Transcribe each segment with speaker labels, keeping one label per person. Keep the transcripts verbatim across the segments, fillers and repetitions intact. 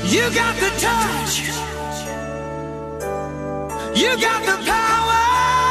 Speaker 1: You got the touch. You got the power.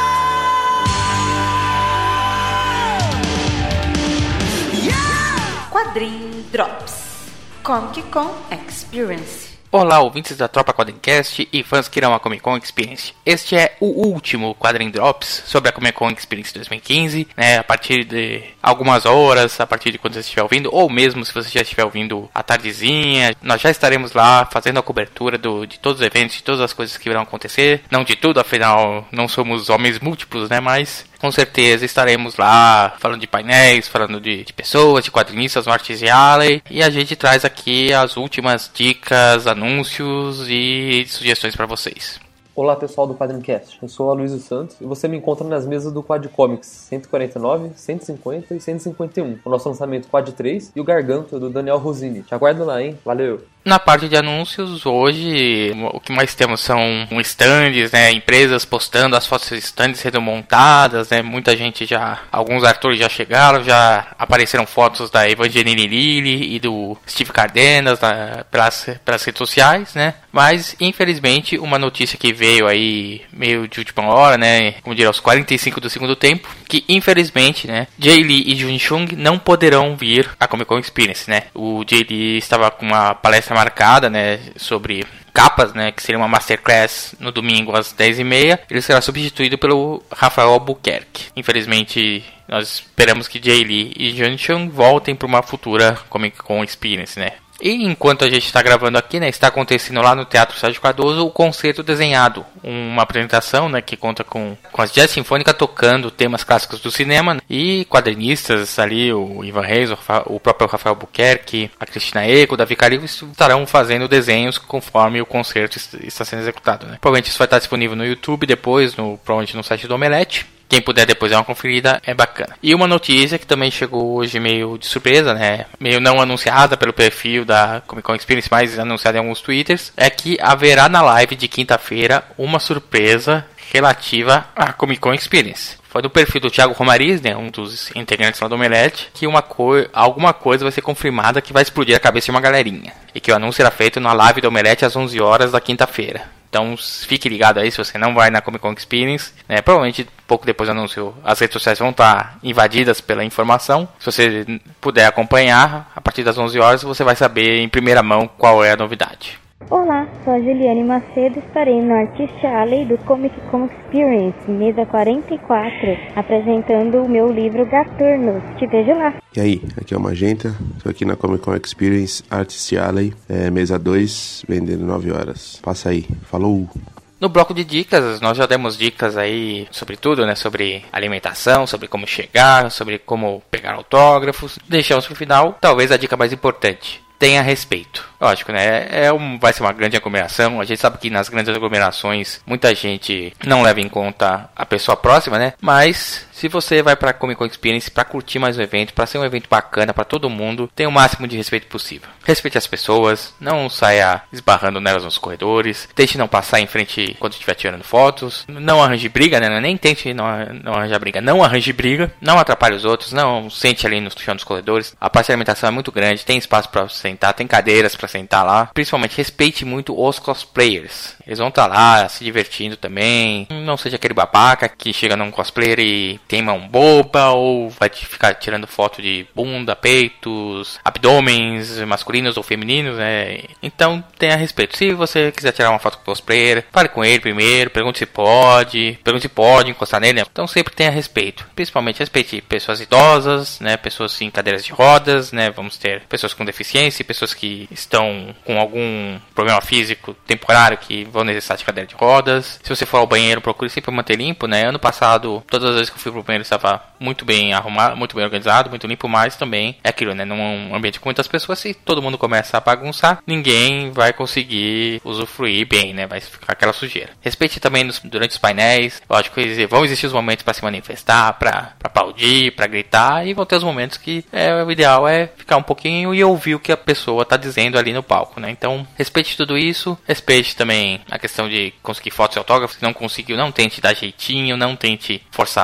Speaker 1: Yeah!
Speaker 2: Quadrinho Drops. Comic Con Experience.
Speaker 3: Olá, ouvintes da Tropa Quadrincast e fãs que irão a Comic Con Experience. Este é o último Quadrinho Drops sobre a Comic Con Experience dois mil e quinze, né, a partir de algumas horas, a partir de quando você estiver ouvindo, ou mesmo se você já estiver ouvindo à tardezinha, nós já estaremos lá fazendo a cobertura do, de todos os eventos, de todas as coisas que irão acontecer. Não de tudo, afinal, não somos homens múltiplos, né, mas com certeza estaremos lá falando de painéis, falando de, de pessoas, de quadrinistas no Artis Alley. E a gente traz aqui as últimas dicas, anúncios e sugestões para vocês.
Speaker 4: Olá pessoal do Quadrincast, eu sou o Aloysio Santos e você me encontra nas mesas do Quad Comics cento e quarenta e nove, cento e cinquenta e cento e cinquenta e um, o nosso lançamento Quad três e o Garganto do Daniel Rosini. Te aguardo lá, hein? Valeu!
Speaker 3: Na parte de anúncios, hoje o que mais temos são stands, né, empresas postando as fotos de stands sendo montadas, né, muita gente já, alguns atores já chegaram, já apareceram fotos da Evangeline Lilly e do Steve Cardenas na, pelas, pelas redes sociais, né, mas infelizmente uma notícia que veio aí meio de última hora, né, como diria aos quarenta e cinco do segundo tempo, que infelizmente, né, Jay Lee e Jun Chung não poderão vir à Comic Con Experience, né, o Jay Lee estava com uma palestra marcada, né, sobre capas, né, que seria uma masterclass no domingo às dez e meia, ele será substituído pelo Rafael Albuquerque. Infelizmente, nós esperamos que Jay Lee e Jun Chung voltem para uma futura Comic Con Experience, né. E enquanto a gente está gravando aqui, né, está acontecendo lá no Teatro Sérgio Cardoso o Concerto Desenhado, uma apresentação, né, que conta com, com as Jazz Sinfônica tocando temas clássicos do cinema, né, e quadrinistas ali, o Ivan Reis, o, Rafa, o próprio Rafael Buquerque, a Cristina Eco, o Davi Carigo, estarão fazendo desenhos conforme o concerto está sendo executado, né. Provavelmente isso vai estar disponível no YouTube depois, no, provavelmente no site do Omelete. Quem puder depois dar uma conferida, é bacana. E uma notícia que também chegou hoje meio de surpresa, né? Meio não anunciada pelo perfil da Comic Con Experience, mas anunciada em alguns twitters, é que haverá na live de quinta-feira uma surpresa relativa à Comic Con Experience. Foi do perfil do Thiago Romariz, né, um dos integrantes lá do Omelete, que uma co- alguma coisa vai ser confirmada que vai explodir a cabeça de uma galerinha. E que o anúncio será feito na live do Omelete às onze horas da quinta-feira. Então fique ligado aí se você não vai na Comic Con Experience, né? Provavelmente pouco depois do anúncio as redes sociais vão estar invadidas pela informação. Se você puder acompanhar, a partir das onze horas você vai saber em primeira mão qual é a novidade.
Speaker 5: Olá, sou a Juliane Macedo, estarei no Artis Alley do Comic Con Experience, mesa quarenta e quatro, apresentando o meu livro Gaturnos. Te vejo lá.
Speaker 6: E aí, aqui é o Magenta, estou aqui na Comic Con Experience Artis Alley, é, mesa dois, vendendo nove horas. Passa aí, falou!
Speaker 3: No bloco de dicas, nós já demos dicas aí sobre tudo, né? Sobre alimentação, sobre como chegar, sobre como pegar autógrafos. Deixamos pro final, talvez a dica mais importante. Tenha respeito. Lógico, né? É um, vai ser uma grande aglomeração. A gente sabe que nas grandes aglomerações muita gente não leva em conta a pessoa próxima, né? Mas se você vai pra Comic Con Experience pra curtir mais um evento, pra ser um evento bacana pra todo mundo, tenha o máximo de respeito possível. Respeite as pessoas, não saia esbarrando nelas nos corredores, tente não passar em frente quando estiver tirando fotos, não arranje briga, né? Nem tente não, não arranjar briga, não arranje briga, não atrapalhe os outros, não sente ali no chão dos corredores. A parte de alimentação é muito grande, tem espaço pra sentar, tem cadeiras pra sentar lá. Principalmente respeite muito os cosplayers. Eles vão estar lá se divertindo também. Não seja aquele babaca que chega num cosplayer e tem mão boba ou vai ficar tirando foto de bunda, peitos, abdômenes masculinos ou femininos, né? Então tenha respeito. Se você quiser tirar uma foto com o cosplayer, fale com ele primeiro, pergunte se pode, pergunte se pode encostar nele. Então sempre tenha respeito. Principalmente respeite pessoas idosas, né? Pessoas em cadeiras de rodas, né? Vamos ter pessoas com deficiência, pessoas que estão com algum problema físico temporário que vão necessitar de cadeira de rodas. Se você for ao banheiro, procure sempre manter limpo, né? Ano passado, todas as vezes que eu fui pro banheiro estava muito bem arrumado, muito bem organizado, muito limpo, mas também é aquilo, né? Num ambiente com muitas pessoas, se todo mundo começa a bagunçar, ninguém vai conseguir usufruir bem, né? Vai ficar aquela sujeira. Respeite também nos, durante os painéis. Lógico que vão existir os momentos para se manifestar, para aplaudir, para gritar, e vão ter os momentos que é, o ideal é ficar um pouquinho e ouvir o que a pessoa está dizendo ali no palco, né? Então, respeite tudo isso. Respeite também a questão de conseguir fotos e autógrafos. Se não conseguiu, não tente dar jeitinho, não tente forçar a barra.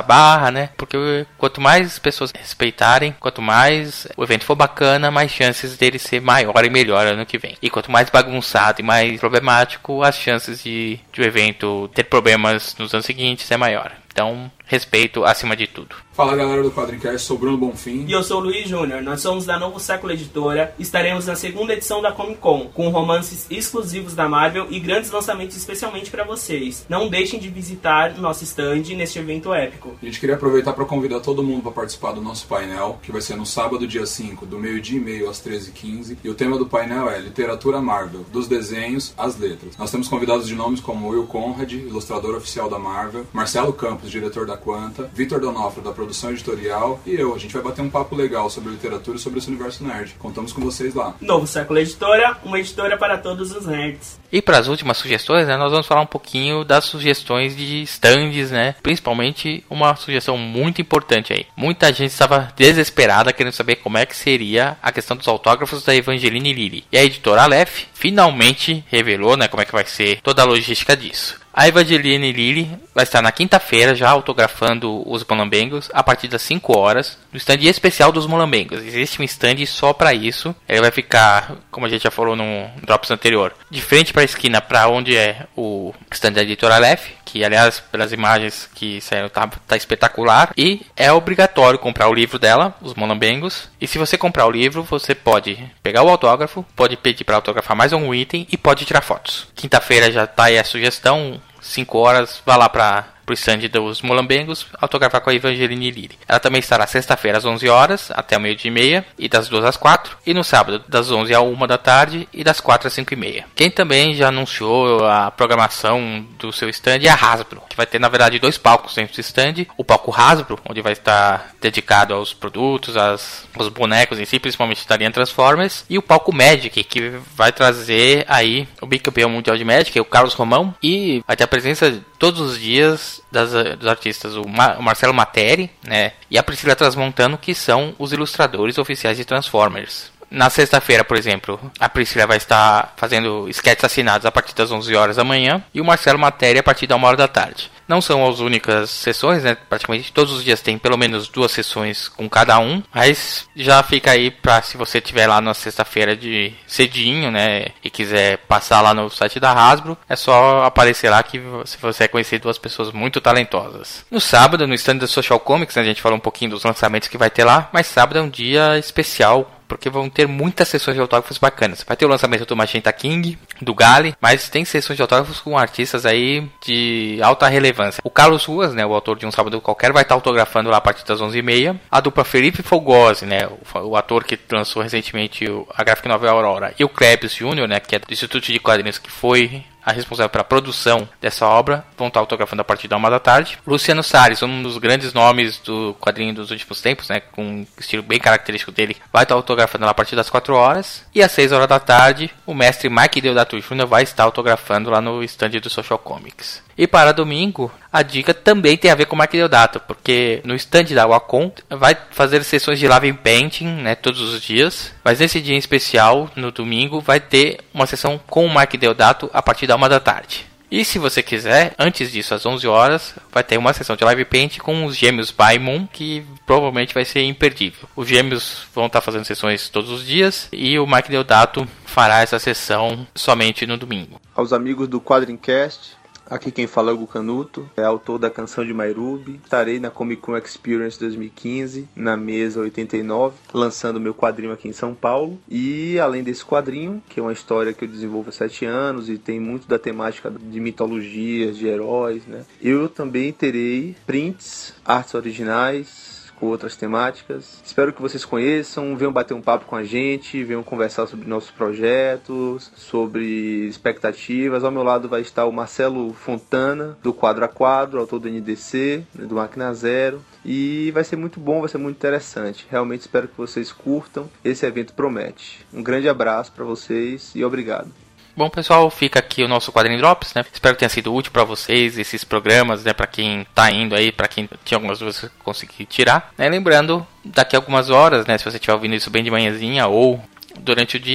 Speaker 3: gambiarra, né? Porque quanto mais pessoas respeitarem, quanto mais o evento for bacana, mais chances dele ser maior e melhor ano que vem. E quanto mais bagunçado e mais problemático, as chances de, de o evento ter problemas nos anos seguintes é maior. Então, respeito acima de tudo.
Speaker 7: Fala galera do Quadrincast, sou Bruno Bonfim.
Speaker 8: E eu sou o Luiz Júnior, nós somos da Novo Século Editora. Estaremos na segunda edição da Comic Con, com romances exclusivos da Marvel e grandes lançamentos especialmente para vocês. Não deixem de visitar nosso stand neste evento épico.
Speaker 7: A gente queria aproveitar para convidar todo mundo para participar do nosso painel, que vai ser no sábado, dia cinco, do meio-dia e meio às treze e quinze. E o tema do painel é Literatura Marvel, dos desenhos às letras. Nós temos convidados de nomes como Will Conrad, ilustrador oficial da Marvel, Marcelo Campos, diretor da Quanta, Vitor Donofrio, da produção editorial, e eu. A gente vai bater um papo legal sobre literatura e sobre esse universo nerd. Contamos com vocês lá.
Speaker 8: Novo Século Editora, uma editora para todos os nerds.
Speaker 3: E para as últimas sugestões, né, nós vamos falar um pouquinho das sugestões de stands, né? Principalmente uma sugestão muito importante aí. Muita gente estava desesperada querendo saber como é que seria a questão dos autógrafos da Evangeline Lilly. E a editora Aleph finalmente revelou, né, como é que vai ser toda a logística disso. A Evangeline Lilly vai estar na quinta-feira já autografando os Mulambengos a partir das cinco horas no stand especial dos Mulambengos. Existe um stand só para isso. Ele vai ficar, como a gente já falou no Drops anterior, de frente para a esquina para onde é o stand da editora Aleph, que aliás, pelas imagens que saíram, tá, tá espetacular. E é obrigatório comprar o livro dela, os Mulambengos. E se você comprar o livro, você pode pegar o autógrafo, pode pedir para autografar mais um item e pode tirar fotos. Quinta-feira já tá aí a sugestão. cinco horas, vá lá para pro stand dos Mulambengos, autografar com a Evangeline Lilly. Ela também estará sexta-feira às onze horas, até o meio-dia e meia, e das duas às quatro, e no sábado das onze à uma da tarde, e das quatro às cinco e meia. Quem também já anunciou a programação do seu stand é a Hasbro, que vai ter, na verdade, dois palcos dentro do stand. O palco Hasbro, onde vai estar dedicado aos produtos, às, aos bonecos em si, principalmente da linha Transformers, e o palco Magic, que vai trazer aí o bicampeão mundial de Magic, o Carlos Romão, e vai ter a presença todos os dias das, dos artistas, o, Ma, o Marcelo Materi, né, e a Priscila Transmontano, que são os ilustradores oficiais de Transformers. Na sexta-feira, por exemplo, a Priscila vai estar fazendo sketches assinados a partir das onze horas da manhã e o Marcelo Materi a partir da uma hora da tarde. Não são as únicas sessões, né? Praticamente todos os dias tem pelo menos duas sessões com cada um. Mas já fica aí pra, se você estiver lá na sexta-feira de cedinho, né? E quiser passar lá no site da Hasbro, é só aparecer lá que você vai conhecer duas pessoas muito talentosas. No sábado, no stand da Social Comics, né, a gente falou um pouquinho dos lançamentos que vai ter lá. Mas sábado é um dia especial, porque vão ter muitas sessões de autógrafos bacanas. Vai ter o lançamento do Magenta King, do Gali, mas tem sessões de autógrafos com artistas aí de alta relevância. O Carlos Ruas, né, o autor de Um Sábado Qualquer, vai estar autografando lá a partir das onze e meia. A dupla Felipe Fogosi, né, o, o ator que lançou recentemente a graphic novel Aurora, e o Klebs Júnior, né, que é do Instituto de Quadrinhos, que foi a responsável pela produção dessa obra, vão estar autografando a partir da uma da tarde. Luciano Salles, um dos grandes nomes do quadrinho dos últimos tempos, né, com um estilo bem característico dele, vai estar autografando lá a partir das quatro horas. E às seis horas da tarde, o mestre Mike Deodato Júnior vai estar autografando lá no stand do Social Comics. E para domingo, a dica também tem a ver com o Mike Deodato, porque no stand da Wacom vai fazer sessões de live painting, né, todos os dias, mas nesse dia em especial, no domingo, vai ter uma sessão com o Mike Deodato a partir da uma da tarde. E se você quiser, antes disso, às onze horas, vai ter uma sessão de live paint com os gêmeos By Moon, que provavelmente vai ser imperdível. Os gêmeos vão estar fazendo sessões todos os dias e o Mike Deodato fará essa sessão somente no domingo.
Speaker 9: Aos amigos do Quadrincast, aqui quem fala é o Hugo Canuto, é autor da Canção de Mairubi. Estarei na Comic Con Experience dois mil e quinze, na mesa oitenta e nove, lançando meu quadrinho aqui em São Paulo. E além desse quadrinho, que é uma história que eu desenvolvo há sete anos e tem muito da temática de mitologias, de heróis, né? Eu também terei prints, artes originais, com outras temáticas. Espero que vocês conheçam, venham bater um papo com a gente, venham conversar sobre nossos projetos, sobre expectativas. Ao meu lado vai estar o Marcelo Fontana, do Quadro a Quadro, autor do N D C, do Máquina Zero. E vai ser muito bom, vai ser muito interessante. Realmente espero que vocês curtam. Esse evento promete. Um grande abraço para vocês e obrigado.
Speaker 3: Bom, pessoal, fica aqui o nosso Quadrinho Drops, né? Espero que tenha sido útil para vocês esses programas, né? Para quem tá indo aí, para quem tinha algumas dúvidas conseguir tirar, né? Lembrando, daqui a algumas horas, né? Se você estiver ouvindo isso bem de manhãzinha ou durante o dia,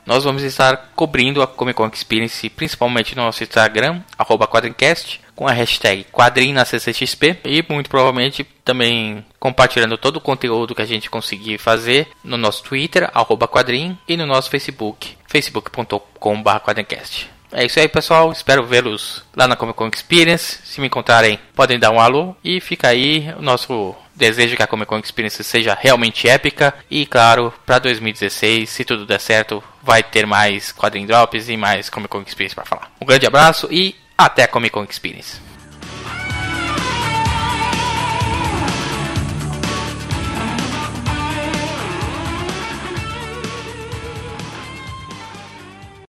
Speaker 3: nós vamos estar cobrindo a Comic Con Experience, principalmente no nosso Instagram, arroba quadrincast, com a hashtag Quadrim na C C X P, e muito provavelmente também compartilhando todo o conteúdo que a gente conseguir fazer no nosso Twitter, arroba Quadrim, e no nosso Facebook, facebook ponto com barra quadrincast. É isso aí, pessoal. Espero vê-los lá na Comic Con Experience. Se me encontrarem, podem dar um alô. E fica aí o nosso desejo que a Comic Con Experience seja realmente épica. E claro, para dois mil e dezesseis, se tudo der certo, vai ter mais Quadrim Drops e mais Comic Con Experience para falar. Um grande abraço e até a Comic Con Experience.